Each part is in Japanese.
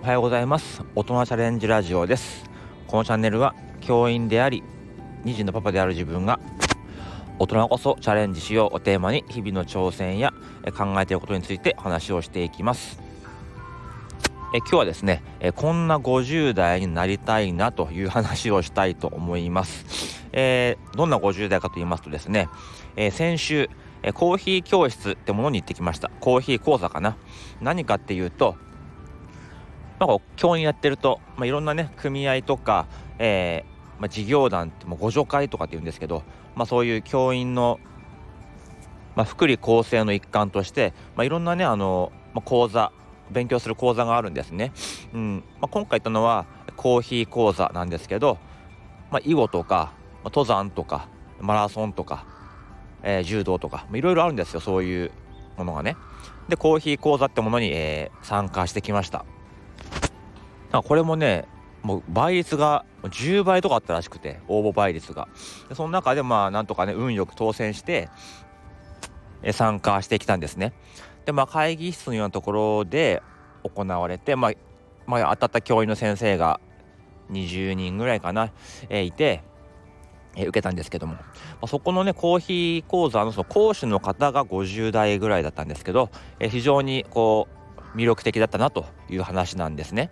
はようございます。大人チャレンジラジオです。このチャンネルは教員であり2児のパパである自分が大人こそチャレンジしようをテーマに日々の挑戦や考えていることについて話をしていきます。今日はですね、こんな50代になりたいなという話をしたいと思います。どんな50代かと言いますとですね、先週コーヒー教室ってものに行ってきました。コーヒー講座かな。何かっていうと、教員やってると、いろんなね組合とか、事業団って互助会とかって言うんですけど、そういう教員の、福利厚生の一環として、いろんなね講座、勉強する講座があるんですね。今回行ったのはコーヒー講座なんですけど、囲碁とか、登山とかマラソンとか、柔道とかいろいろあるんですよ、そういうものがね。でコーヒー講座ってものに、参加してきました。これもね、もう倍率が10倍とかあったらしくて、応募倍率が。でその中でなんとかね運よく当選して参加してきたんですね。で会議室のようなところで行われて、当たった教員の先生が20人ぐらいかな、いて、受けたんですけども、そこのねコーヒー講座のその講師の方が50代ぐらいだったんですけど、非常に魅力的だったなという話なんですね。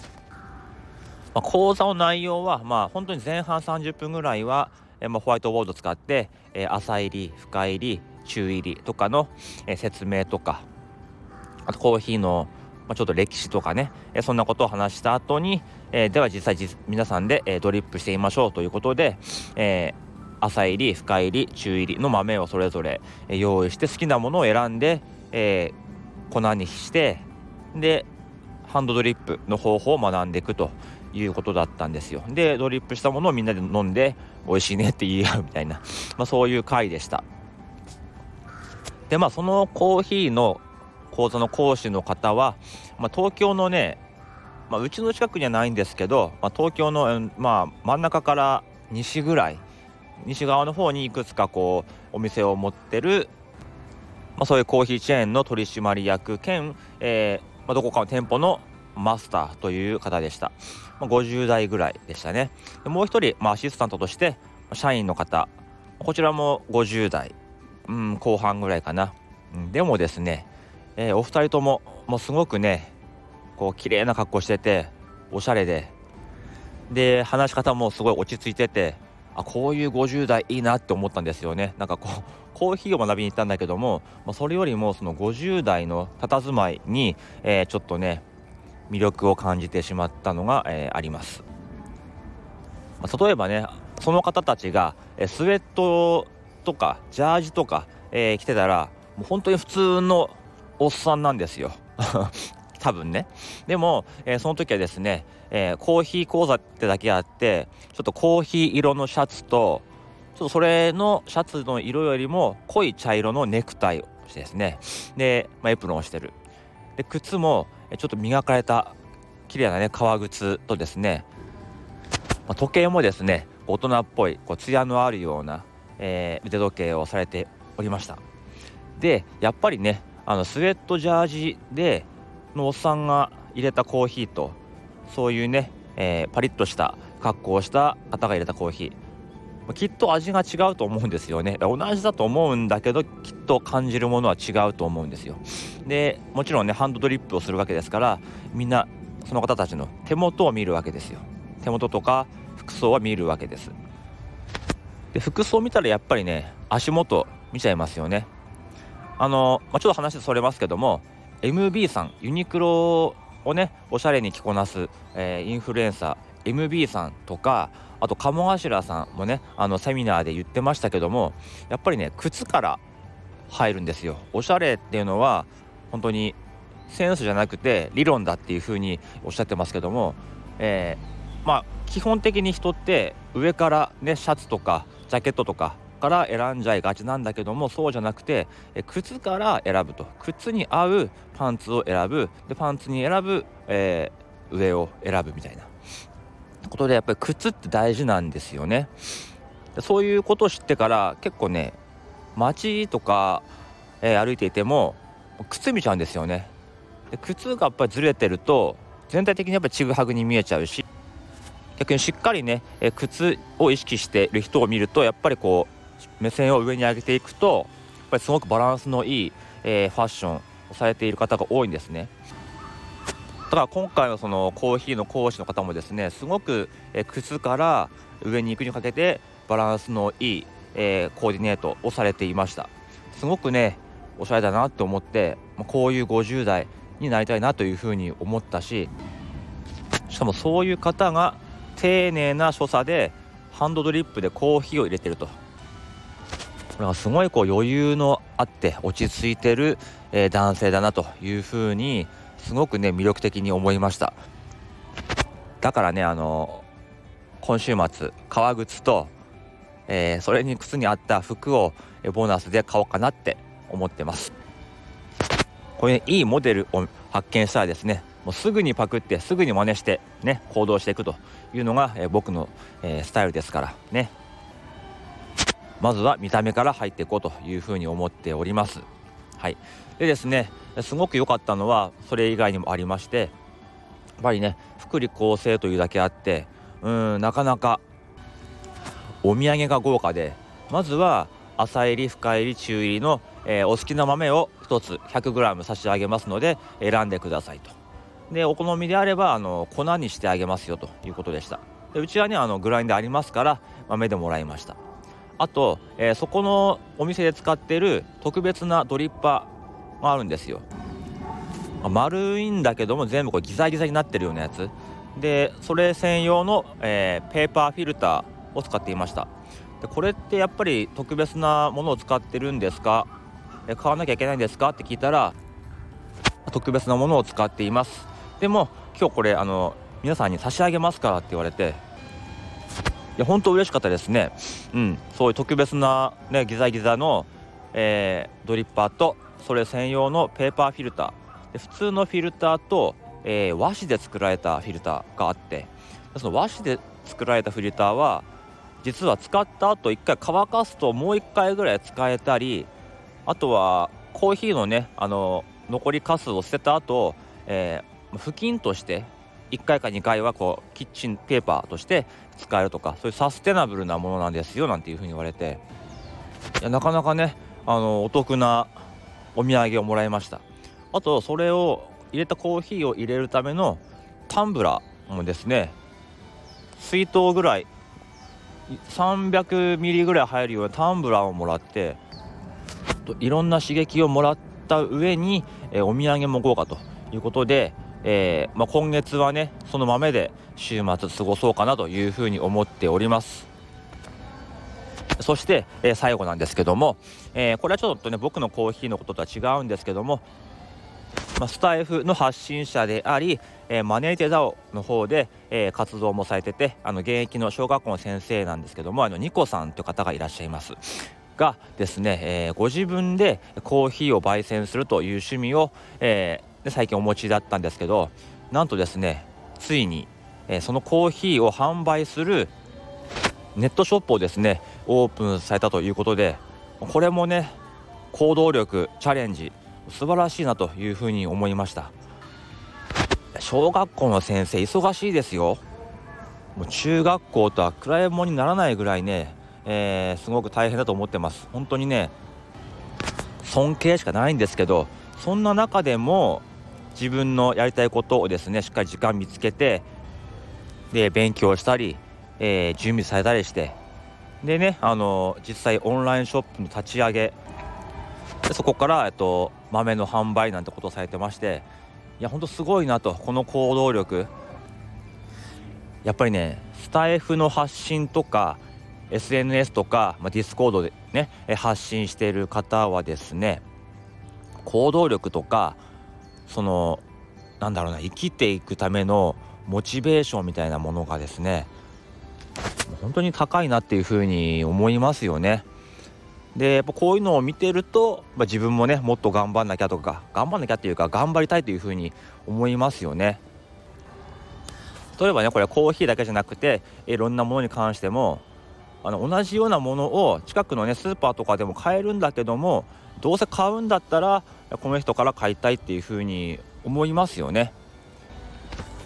講座の内容は本当に前半30分ぐらいは、ホワイトボードを使って、浅入り、深入り、中入りとかの、説明とか、あとコーヒーの、ちょっと歴史とかね、そんなことを話した後に、では実際皆さんで、ドリップしてみましょうということで、浅入り、深入り、中入りの豆をそれぞれ、用意して好きなものを選んで、粉にしてでハンドドリップの方法を学んでいくということだったんですよ。でドリップしたものをみんなで飲んで美味しいねって言い合うみたいな、そういう回でした。でそのコーヒーの講座の講師の方は、東京のね、うちの近くにはないんですけど、東京の、真ん中から西ぐらい、西側の方にいくつかお店を持ってる、そういうコーヒーチェーンの取締役兼、どこかの店舗のマスターという方でした。50代ぐらいでしたね。でもう一人、アシスタントとして社員の方、こちらも50代、後半ぐらいかな。でもですね、お二人とももうすごくね綺麗な格好してておしゃれで話し方もすごい落ち着いてて、こういう50代いいなって思ったんですよね。コーヒーを学びに行ったんだけども、それよりもその50代の佇まいに、ちょっとね魅力を感じてしまったのが、あります。例えばね、その方たちがスウェットとかジャージとか、着てたらもう本当に普通のおっさんなんですよ多分ね。でも、その時はですね、コーヒー講座ってだけあって、ちょっとコーヒー色のシャツとちょっとそれのシャツの色よりも濃い茶色のネクタイをしてですね、で、エプロンをしてる。で靴もちょっと磨かれた綺麗なね革靴とですね、時計もですね大人っぽいツヤのあるような、腕時計をされておりました。でやっぱりねスウェットジャージでのおっさんが入れたコーヒーと、そういうね、パリッとした格好をした方が入れたコーヒー、きっと味が違うと思うんですよね。同じだと思うんだけど、きっと感じるものは違うと思うんですよ。でもちろんねハンドドリップをするわけですから、みんなその方たちの手元を見るわけですよ。手元とか服装は見るわけです。で服装を見たらやっぱりね足元見ちゃいますよね。ちょっと話それますけども、 MB さん、ユニクロをねおしゃれに着こなす、インフルエンサー MB さんとか、あと鴨頭さんもねセミナーで言ってましたけども、やっぱりね靴から入るんですよ。おしゃれっていうのは本当にセンスじゃなくて理論だっていう風におっしゃってますけども、基本的に人って上からねシャツとかジャケットとかから選んじゃいがちなんだけども、そうじゃなくて靴から選ぶと。靴に合うパンツを選ぶ、でパンツに選ぶ、上を選ぶみたいなことで、やっぱり靴って大事なんですよね。でそういうことを知ってから結構ね街とか、歩いていても靴見ちゃうんですよね。で靴がやっぱりずれてると全体的にやっぱりちぐはぐに見えちゃうし、逆にしっかりね、靴を意識している人を見るとやっぱりこう目線を上に上げていくとやっぱりすごくバランスのいい、ファッションをされている方が多いんですね。だから今回のそのコーヒーの講師の方もですね、すごく、靴から上に行くにかけてバランスのいい、コーディネートをされていました。すごくねおしゃれだなと思って、こういう50代になりたいなというふうに思ったし、しかもそういう方が丁寧な所作でハンドドリップでコーヒーを入れてると、これがすごいこう余裕のあって落ち着いてる、男性だなというふうにすごくね魅力的に思いました。だからね今週末革靴と、それに靴に合った服をボーナスで買おうかなって思ってます。これ、ね、いいモデルを発見したらですね、もうすぐにパクってすぐに真似してね行動していくというのが、僕の、スタイルですからね。まずは見た目から入っていこうというふうに思っております。はい。でですね、すごく良かったのはそれ以外にもありまして、やっぱりね福利厚生というだけあってなかなかお土産が豪華で、まずは浅入り深入り中入りの、お好きな豆を1つ 100g 差し上げますので選んでくださいと。でお好みであれば粉にしてあげますよということでした。でうちはねグラインダーありますから豆でもらいました。あと、そこのお店で使っている特別なドリッパーがあるんですよ。丸いんだけども全部こうギザギザになってるようなやつで、それ専用の、ペーパーフィルターを使っていました。でこれってやっぱり特別なものを使ってるんですか、買わなきゃいけないんですかって聞いたら、特別なものを使っています、でも今日これ皆さんに差し上げますからって言われて、いや本当嬉しかったですね。そういう特別な、ね、ギザギザの、ドリッパーとそれ専用のペーパーフィルターで、普通のフィルターと、和紙で作られたフィルターがあって、その和紙で作られたフィルターは実は使った後1回乾かすともう1回ぐらい使えたり、あとはコーヒーのね残りカスを捨てた後、布巾として1回か2回はこうキッチンペーパーとして使えるとか、そういうサステナブルなものなんですよなんていうふうに言われて、いやなかなかねお得なお土産をもらいました。あとそれを入れたコーヒーを入れるためのタンブラーもですね、水筒ぐらい300ミリぐらい入るようなタンブラーをもらって、いろんな刺激をもらった上に、お土産も豪華ということで、今月はねその豆で週末過ごそうかなというふうに思っております。そして、最後なんですけども、これはちょっとね僕のコーヒーのこととは違うんですけども、スタイフの発信者であり、マネーテザオの方で、活動もされてて現役の小学校の先生なんですけども、ニコさんという方がいらっしゃいますがですね、ご自分でコーヒーを焙煎するという趣味を、最近お持ちだったんですけど、なんとですねついに、そのコーヒーを販売するネットショップをですねオープンされたということで、これもね行動力チャレンジ素晴らしいなというふうに思いました。小学校の先生忙しいですよ。もう中学校とは比べ物にならないぐらいね、すごく大変だと思ってます。本当にね尊敬しかないんですけど、そんな中でも自分のやりたいことをですねしっかり時間見つけて、で勉強したり、準備されたりして、でね実際オンラインショップの立ち上げで、そこから、豆の販売なんてことをされてまして、いや本当すごいなと。この行動力やっぱりねスタイフの発信とか SNS とか、ディスコードでね発信している方はですね、行動力とか生きていくためのモチベーションみたいなものがですね本当に高いなっていうふうに思いますよね。でやっぱこういうのを見てると、自分もねもっと頑張んなきゃっていうか頑張りたいというふうに思いますよね。例えばねこれコーヒーだけじゃなくていろんなものに関しても同じようなものを近くのねスーパーとかでも買えるんだけども、どうせ買うんだったらこの人から買いたいっていうふうに思いますよね。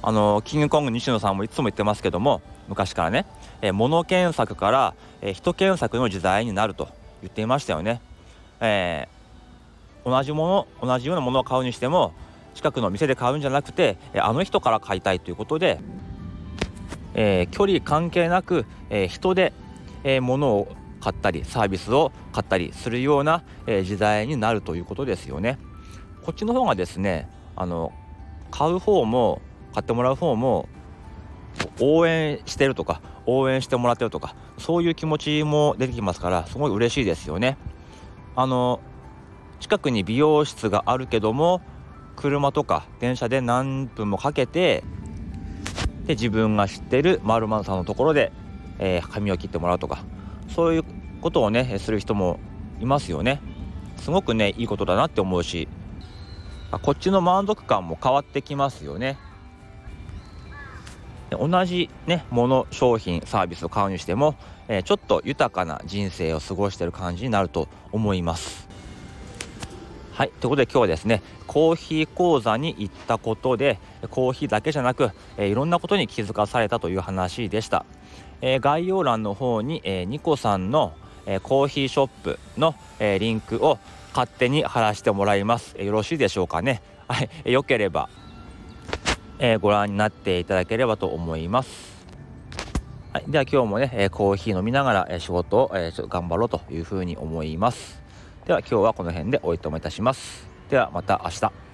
キングコング西野さんもいつも言ってますけども、昔からね、物検索から、人検索の時代になると言っていましたよね。同じようなものを買うにしても、近くの店で買うんじゃなくて、あの人から買いたいということで、距離関係なく、人で、物を買ったりサービスを買ったりするような、時代になるということですよね。こっちの方がですね、買う方も買ってもらう方も応援してるとか、応援してもらってるとか、そういう気持ちも出てきますから、すごい嬉しいですよね。近くに美容室があるけども、車とか電車で何分もかけて、で自分が知ってる〇〇さんのところで、髪を切ってもらうとか、そういうことをねする人もいますよね。すごくねいいことだなって思うし、こっちの満足感も変わってきますよね。同じねもの、商品、サービスを買うにしても、ちょっと豊かな人生を過ごしている感じになると思います。はい、ということで今日はですね、コーヒー講座に行ったことで、コーヒーだけじゃなく、いろんなことに気づかされたという話でした。概要欄の方に、ニコさんの、コーヒーショップの、リンクを勝手に貼らせてもらいます。よろしいでしょうかね。はい、よければ、ご覧になっていただければと思います。はい、では今日もね、コーヒー飲みながら、仕事を、ちょっと頑張ろうというふうに思います。では今日はこの辺でおいとめいたします。ではまた明日。